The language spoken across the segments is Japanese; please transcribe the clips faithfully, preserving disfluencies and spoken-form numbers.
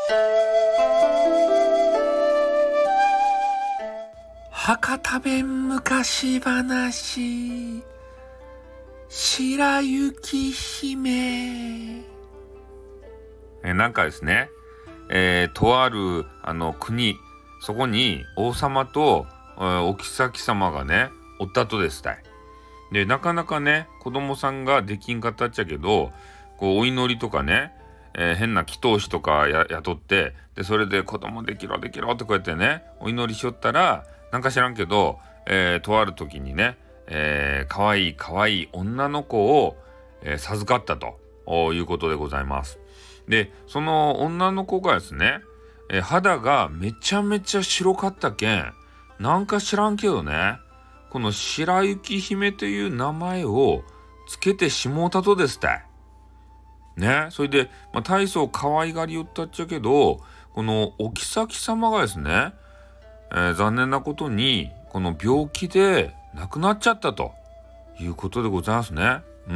博多弁昔話、白雪姫。えなんかですね、えー、とあるあの国、そこに王様と、えー、お妃様がねおったとですたい。でなかなかね子供さんができんかったっちゃけど、こうお祈りとかね、えー、変な祈祷師とかや雇って、でそれで子供できろできろってこうやってねお祈りしよったら、なんか知らんけど、えー、とある時にね、えー、かわいいかわいい女の子を、えー、授かったということでございます。でその女の子がですね、えー、肌がめちゃめちゃ白かったけん、なんか知らんけどね、この白雪姫という名前をつけてしもうたとですたいね。それで、まあ、大層可愛がりよったっちゃけど、このお妃様がですね、えー、残念なことにこの病気で亡くなっちゃったということでございますね。うん。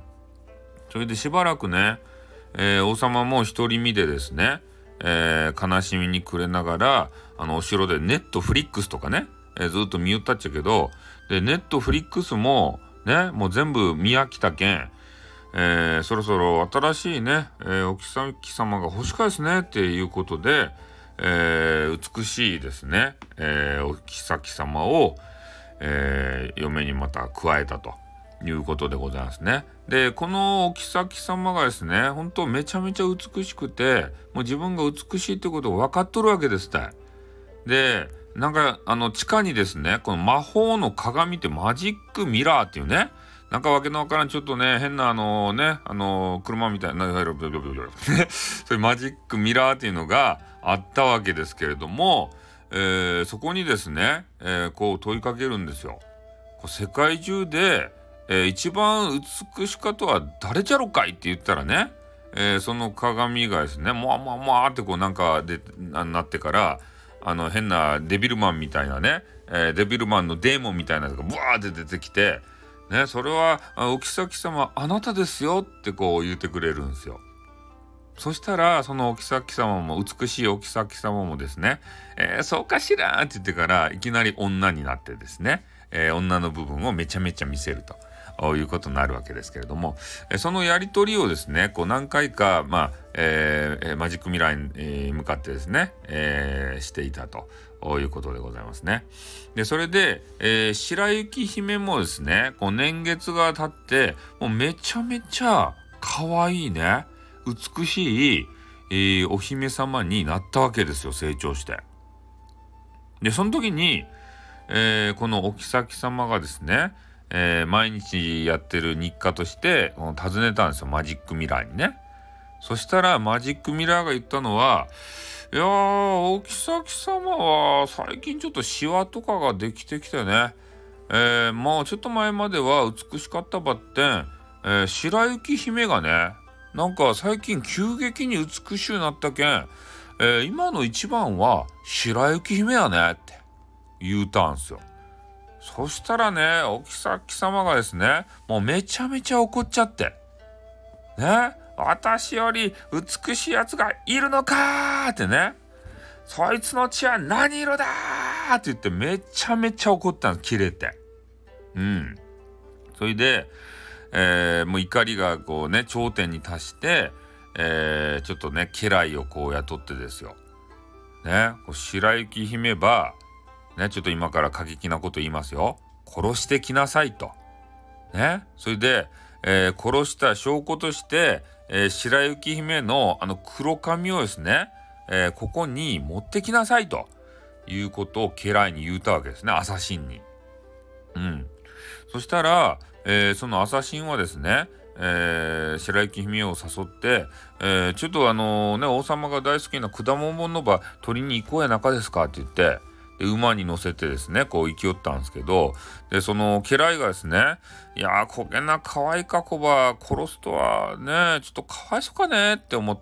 それでしばらくね、えー、王様も独り身でですね、えー、悲しみに暮れながら、あのお城でネットフリックスとかね、えー、ずっと見よったっちゃけど、でネットフリックスもね、もう全部見飽きたけん、えー、そろそろ新しいね、えー、お妃様が欲しかですねっていうことで、えー、美しいですね、えー、お妃様を、えー、嫁にまた加えたということでございますね。でこのお妃様がですね、本当めちゃめちゃ美しくて、もう自分が美しいってことが分かっとるわけですたい。でなんかあの地下にですね、この魔法の鏡ってマジックミラーっていうね、なんかわけのわからんちょっとね変なあのねあの車みたいなそういうマジックミラーっていうのがあったわけですけれども、えー、そこにですね、えー、こう問いかけるんですよ。こう世界中で、えー、一番美しかとは誰じゃろかいって言ったらね、えー、その鏡がですね、もわもわもわってこうなんかでなってから、あの変なデビルマンみたいなね、えー、デビルマンのデーモンみたいなのがブワーって出てきて、ね、それはお妃様あなたですよってこう言ってくれるんですよ。そしたらそのお妃様も、美しいお妃様もですね、えー、そうかしらって言ってからいきなり女になってですね、えー、女の部分をめちゃめちゃ見せるということになるわけですけれども、えー、そのやり取りをですねこう何回か、まあえー、マジックミラーに、えー、向かってですね、えー、していたということでございますね。でそれで、えー、白雪姫もですね、こう年月が経ってもうめちゃめちゃ可愛いね美しい、えー、お姫様になったわけですよ、成長して。でその時に、えー、このお妃様がですね、えー、毎日やってる日課として訪ねたんですよ、マジックミラーにね。そしたらマジックミラーが言ったのは、いやーお妃様は最近ちょっとシワとかができてきてね、えー、もうちょっと前までは美しかったばってん、えー、白雪姫がねなんか最近急激に美しゅうなったけん、えー、今の一番は白雪姫やねって言うたんすよ。そしたらねお妃様がですねもうめちゃめちゃ怒っちゃってね、私より美しいやつがいるのかーってね、そいつの血は何色だーって言ってめちゃめちゃ怒ったんです、キレて。うんそれで、えー、もう怒りがこうね頂点に達して、えー、ちょっとね家来をこう雇ってですよね、こう白雪姫ばね、ちょっと今から過激なこと言いますよ、殺してきなさいとね。それで、えー、殺した証拠として、えー、白雪姫のあの黒髪をですね、えー、ここに持ってきなさいということを家来に言うたわけですね、アサシンに。うんそしたら、えー、そのアサシンはですね、えー、白雪姫を誘って、えー、ちょっとあのね王様が大好きな果物の場取りに行こうやなかですかって言って、で馬に乗せてですねこう行き寄ったんですけど、でその家来がですね、いやーこげな可愛いか子ば殺すとはねちょっとかわいそうかねって思って、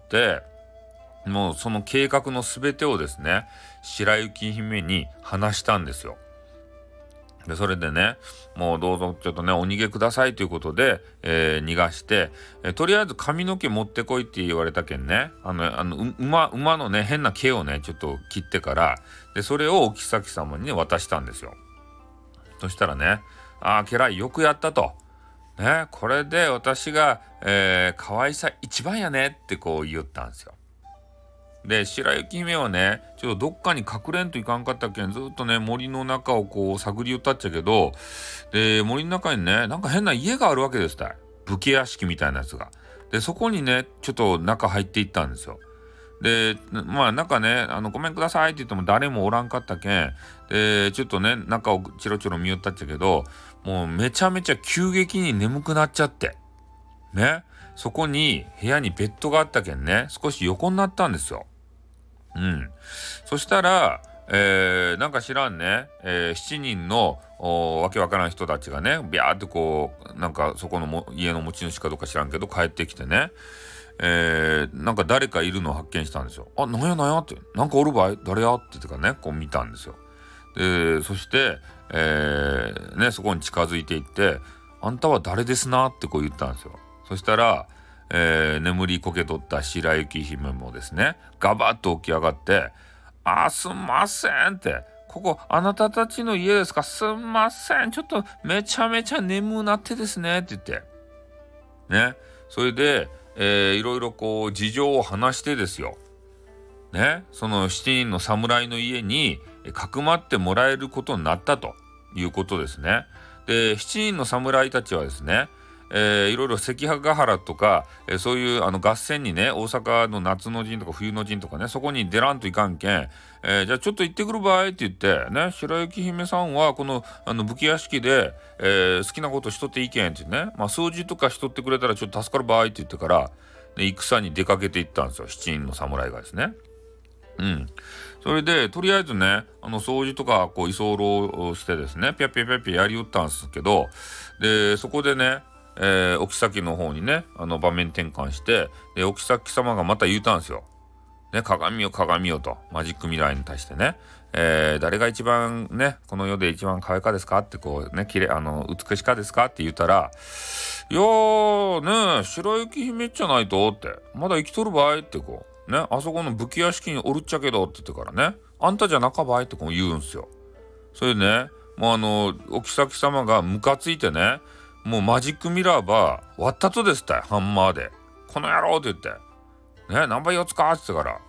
もうその計画の全てをですね白雪姫に話したんですよ。 でそれでね、もうどうぞちょっとねお逃げくださいということで、えー逃がして、えーとりあえず髪の毛持ってこいって言われたけんね、あのあのう馬馬のね変な毛をねちょっと切ってから、でそれをお妃様にね渡したんですよ。そしたらね、ああ家来よくやったと。ね、これで私が、えー、可愛さ一番やねってこう言ったんですよ。で白雪姫はねちょっとどっかに隠れんといかんかったけん、ずっとね森の中をこう探り寄ったっちゃけど、で森の中にねなんか変な家があるわけですたい。武家屋敷みたいなやつが。でそこにねちょっと中入っていったんですよ。でまあ中ねあのごめんくださいって言っても誰もおらんかったけん、でちょっとね中をチロチロ見よったっちゃけど、もうめちゃめちゃ急激に眠くなっちゃってね、そこに部屋にベッドがあったけんね少し横になったんですよ。うん。そしたら、えーなんか知らんね、えー、しちにんのわけわからん人たちがねビャーってこうなんかそこのも家の持ち主かどうか知らんけど帰ってきてね、えーなんか誰かいるのを発見したんですよ。あ、なんやなんやって、なんかおるばい誰やって言ってかねこう見たんですよ。でそして、えーね、そこに近づいていって、あんたは誰ですなってこう言ったんですよ。そしたら、えー眠りこけとった白雪姫もですねガバッと起き上がって、あ、すんませんって、ここあなたたちの家ですか、すんません、ちょっとめちゃめちゃ眠なってですねって言ってね、それで、えーいろいろこう事情を話してですよね、そのしちにんの侍の家にえかくまってもらえることになったということですね。でしちにんの侍たちはですね、えーいろいろ関ヶ原とか、えーそういうあの合戦にね、大阪の夏の陣とか冬の陣とかね、そこに出らんといかんけん、えーじゃあちょっと行ってくるばいって言ってね、白雪姫さんはこのあの武家屋敷で、えー好きなことしとっていいけんってね、まあ数字とかしとってくれたらちょっと助かるばいって言ってから、で戦に出かけていったんですよ、しちにんの侍がですね。うん。それで、とりあえずね、あの、掃除とか、こう、居候をしてですね、ぴゃぴゃぴゃぴゃやりよったんですけど、で、そこでね、えーお妃の方にね、あの、場面転換して、で、お妃様がまた言うたんですよ。ね、鏡よ鏡よと、マジックミラーに対してね、えー誰が一番ね、この世で一番可愛いかですかってこうね、きれい、あの、美しかですかって言ったら、いやーね、白雪姫じゃないとって、まだ生きとるばいってこう、ね、あそこの武家屋敷におるっちゃけどって言ってからね、あんたじゃなかばいってこう言うんすよ。それでね、もうあの、お妃様がムカついてね、もうマジックミラーば割ったとですたい、ハンマーで。この野郎って言って。ね、何倍四つかって言ってから。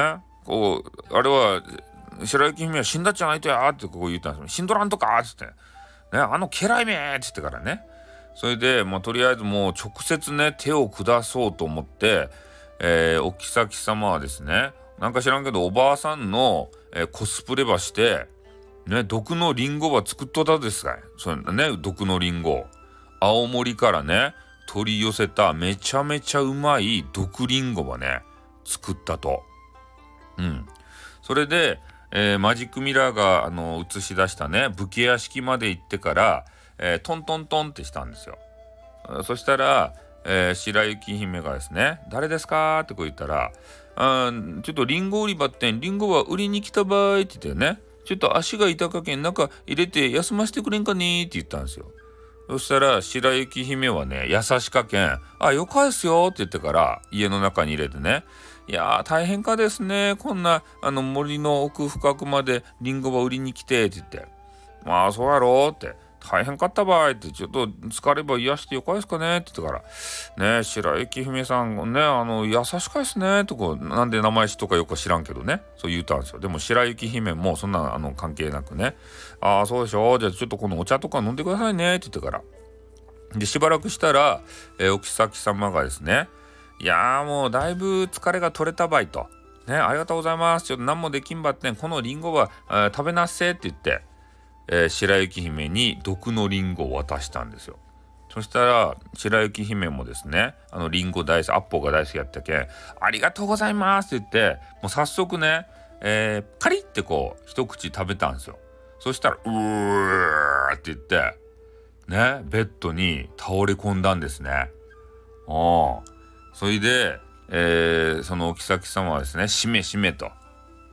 ね、こう、あれは、白雪姫は死んだっちゃないとやってこう言ったんですよ。死んどらんとかって言って。ね、あの家来めって言ってからね。それで、まあ、とりあえずもう直接ね、手を下そうと思って、えーお妃様はですね、なんか知らんけど、おばあさんの、えーコスプレばして、ね、毒のリンゴば作っとったですかい。それね、毒のリンゴ。青森からね、取り寄せためちゃめちゃうまい毒リンゴばね、作ったと。うん。それで、えーマジックミラーが、あの、映し出したね、武家屋敷まで行ってから、えートントントンってしたんですよ。あそしたら、えー白雪姫がですね、誰ですかってこう言ったら、あーちょっとリンゴ売り場ってん、リンゴは売りに来たばーいって言ってね、ちょっと足が痛かけん中入れて休ませてくれんかねーって言ったんですよ。そしたら白雪姫はね、優しかけん、あ、よかですよって言ってから家の中に入れてね、いやー大変かですね、こんなあの森の奥深くまでリンゴば売りに来てって言って、まあそうやろうって、大変かったばいって、ちょっと疲れば癒してよかですかねって言ってからね、白雪姫さんね、あの優しかですねとこう、なんで名前しとかよく知らんけどね、そう言うたんですよ。でも白雪姫もそんなあの関係なくね、ああそうでしょ、じゃあちょっとこのお茶とか飲んでくださいねって言ってから、でしばらくしたら、えーお妃様がですね、いやーもうだいぶ疲れが取れたばいと、ね、ありがとうございます、ちょっと何もできんばってん、このリンゴは、えー食べなっせって言って、えー白雪姫に毒のリンゴを渡したんですよ。そしたら白雪姫もですね、あのリンゴ大好き、アッポーが大好きやったけん、ありがとうございますって言って、もう早速ね、えーカリってこう一口食べたんですよ。そしたらうーって言ってね、ベッドに倒れ込んだんですね。おそれで、えーそのお妃様はですね、しめしめと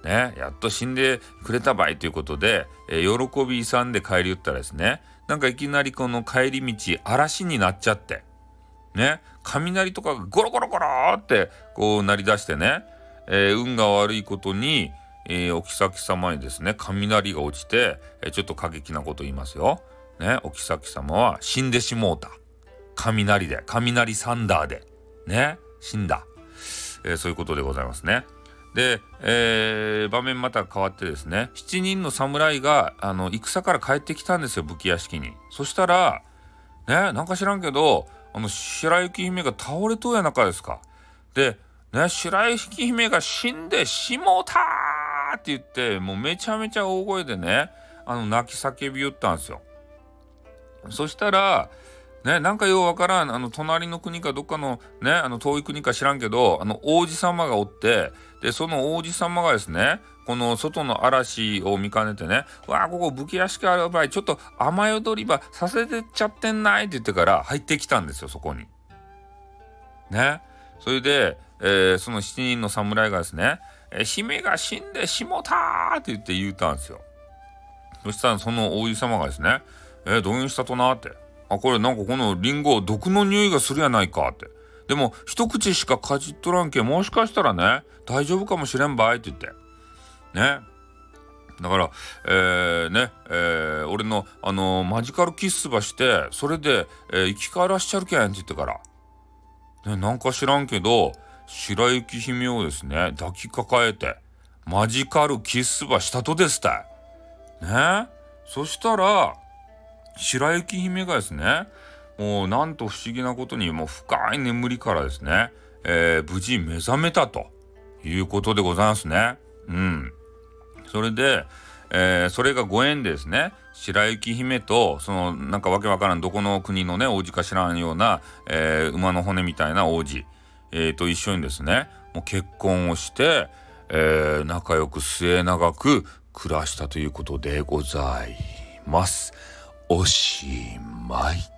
ね、やっと死んでくれたばいということで、えー、喜び勇んで帰り言ったらですね、なんかいきなりこの帰り道嵐になっちゃって、ね、雷とかがゴロゴロゴロってこう鳴り出してね、えー、運が悪いことに、えー、お妃様にですね雷が落ちて、えー、ちょっと過激なこと言いますよ。ね、お妃様は死んでしもうた。雷で、雷サンダーでね、死んだ、えー、そういうことでございますね。で、えー、場面また変わってですね、しちにんの侍があの戦から帰ってきたんですよ、武家屋敷に。そしたらね、なんか知らんけどあの白雪姫が倒れとうやなかですか。でね、白雪姫が死んでしもうたーって言ってもうめちゃめちゃ大声でね、あの泣き叫び言ったんですよ。そしたらね、なんかようわからん、あの隣の国かどっかのね、あの遠い国か知らんけど、あの王子様がおって、でその王子様がですね、この外の嵐を見かねてね、わあここ武家屋敷ある場合ちょっと雨宿り場させてっちゃってんないって言ってから入ってきたんですよ、そこにね。それで、えー、そのしちにんの侍がですね、えー、姫が死んでしもたーって言って言うたんですよ。そしたらその王子様がですね、えー、どういうしたとなーって、あ、これなんかこのリンゴ毒の匂いがするやないかって。でも一口しかかじっとらんけ、もしかしたらね大丈夫かもしれんばいって言ってね。だから、えー、ね、えー、俺のあのー、マジカルキッスばしてそれで、えー、生き返らしちゃるけんって言ってから、ね、なんか知らんけど白雪姫をですね抱きかかえてマジカルキッスばしたとですたいね。そしたら白雪姫がですね、もうなんと不思議なことにもう深い眠りからですね、えー、無事目覚めたということでございますね。うん。それで、えー、それがご縁でですね、白雪姫とそのなんかわけわからんどこの国のね王子か知らんような、えー、馬の骨みたいな王子、えー、と一緒にですね、もう結婚をして、えー、仲良く末永く暮らしたということでございます。おしまい。